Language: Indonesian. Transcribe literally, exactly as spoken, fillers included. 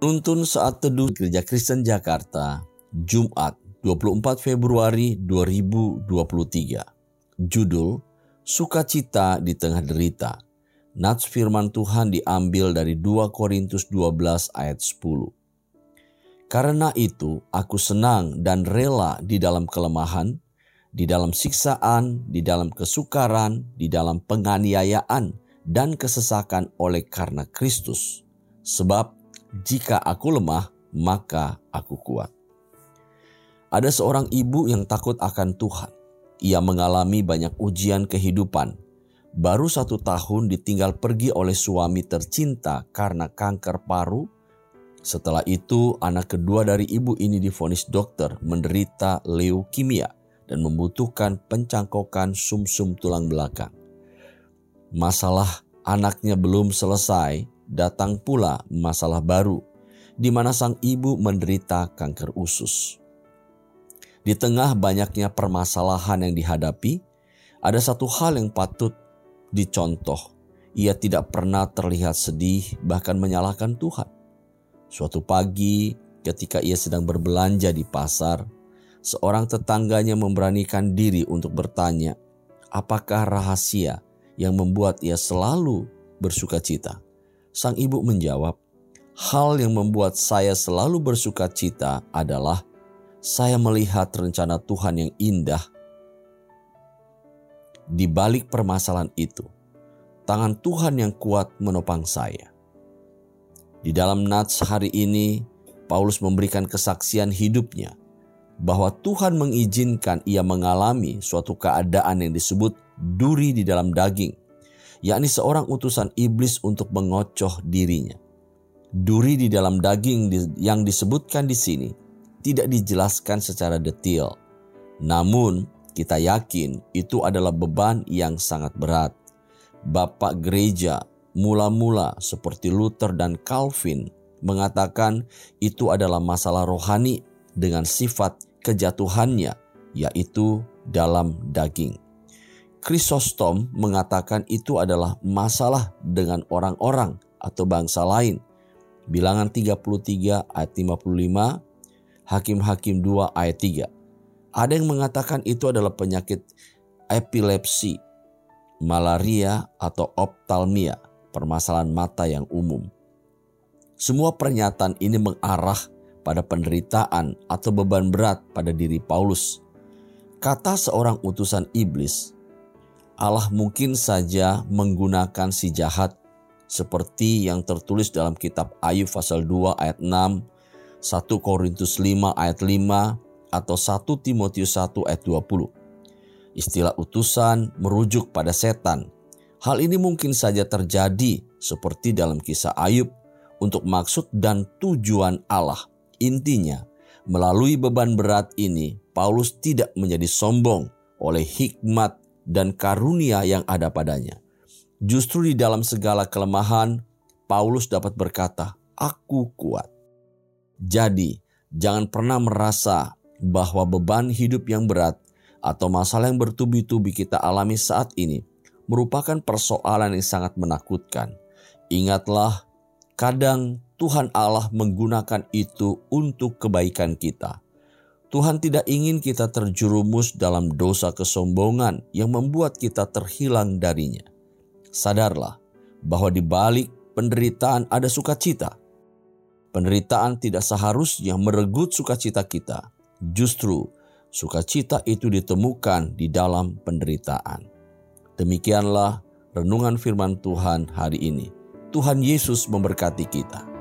Penuntun Saat Teduh Gereja Kristen Jakarta, Jumat dua puluh empat Februari dua ribu dua puluh tiga. Judul, Sukacita di Tengah Derita. Nats firman Tuhan diambil dari dua Korintus dua belas ayat sepuluh. Karena itu aku senang dan rela di dalam kelemahan, di dalam siksaan, di dalam kesukaran, di dalam penganiayaan, dan kesesakan oleh karena Kristus. Sebab jika aku lemah, maka aku kuat. Ada seorang ibu yang takut akan Tuhan. Ia mengalami banyak ujian kehidupan. Baru satu tahun ditinggal pergi oleh suami tercinta karena kanker paru. Setelah itu, anak kedua dari ibu ini divonis dokter menderita leukemia dan membutuhkan pencangkokan sumsum tulang belakang. Masalah anaknya belum selesai, datang pula masalah baru, di mana sang ibu menderita kanker usus. Di tengah banyaknya permasalahan yang dihadapi, ada satu hal yang patut dicontoh. Ia tidak pernah terlihat sedih, bahkan menyalahkan Tuhan. Suatu pagi, ketika ia sedang berbelanja di pasar, seorang tetangganya memberanikan diri untuk bertanya, apakah rahasia yang membuat ia selalu bersukacita? Sang ibu menjawab, hal yang membuat saya selalu bersukacita adalah saya melihat rencana Tuhan yang indah di balik permasalahan itu. Tangan Tuhan yang kuat menopang saya. Di dalam nats hari ini, Paulus memberikan kesaksian hidupnya bahwa Tuhan mengizinkan ia mengalami suatu keadaan yang disebut duri di dalam daging, yakni seorang utusan iblis untuk mengocoh dirinya. Duri di dalam daging yang disebutkan di sini tidak dijelaskan secara detail. Namun, kita yakin itu adalah beban yang sangat berat. Bapak gereja mula-mula seperti Luther dan Calvin mengatakan itu adalah masalah rohani dengan sifat kejatuhannya, yaitu dalam daging. Chrysostom mengatakan itu adalah masalah dengan orang-orang atau bangsa lain. Bilangan tiga puluh tiga ayat lima puluh lima, Hakim-Hakim dua ayat tiga. Ada yang mengatakan itu adalah penyakit epilepsi, malaria atau optalmia, permasalahan mata yang umum. Semua pernyataan ini mengarah pada penderitaan atau beban berat pada diri Paulus. Kata seorang utusan iblis, Allah mungkin saja menggunakan si jahat seperti yang tertulis dalam kitab Ayub pasal dua ayat enam, satu Korintus lima ayat lima, atau satu Timotius satu ayat dua puluh. Istilah utusan merujuk pada setan. Hal ini mungkin saja terjadi seperti dalam kisah Ayub untuk maksud dan tujuan Allah. Intinya, melalui beban berat ini, Paulus tidak menjadi sombong oleh hikmat dan karunia yang ada padanya. Justru di dalam segala kelemahan, Paulus dapat berkata, aku kuat. Jadi, jangan pernah merasa bahwa beban hidup yang berat atau masalah yang bertubi-tubi kita alami saat ini merupakan persoalan yang sangat menakutkan. Ingatlah, kadang Tuhan Allah menggunakan itu untuk kebaikan kita. Tuhan tidak ingin kita terjerumus dalam dosa kesombongan yang membuat kita terhilang darinya. Sadarlah bahwa di balik penderitaan ada sukacita. Penderitaan tidak seharusnya merenggut sukacita kita. Justru sukacita itu ditemukan di dalam penderitaan. Demikianlah renungan firman Tuhan hari ini. Tuhan Yesus memberkati kita.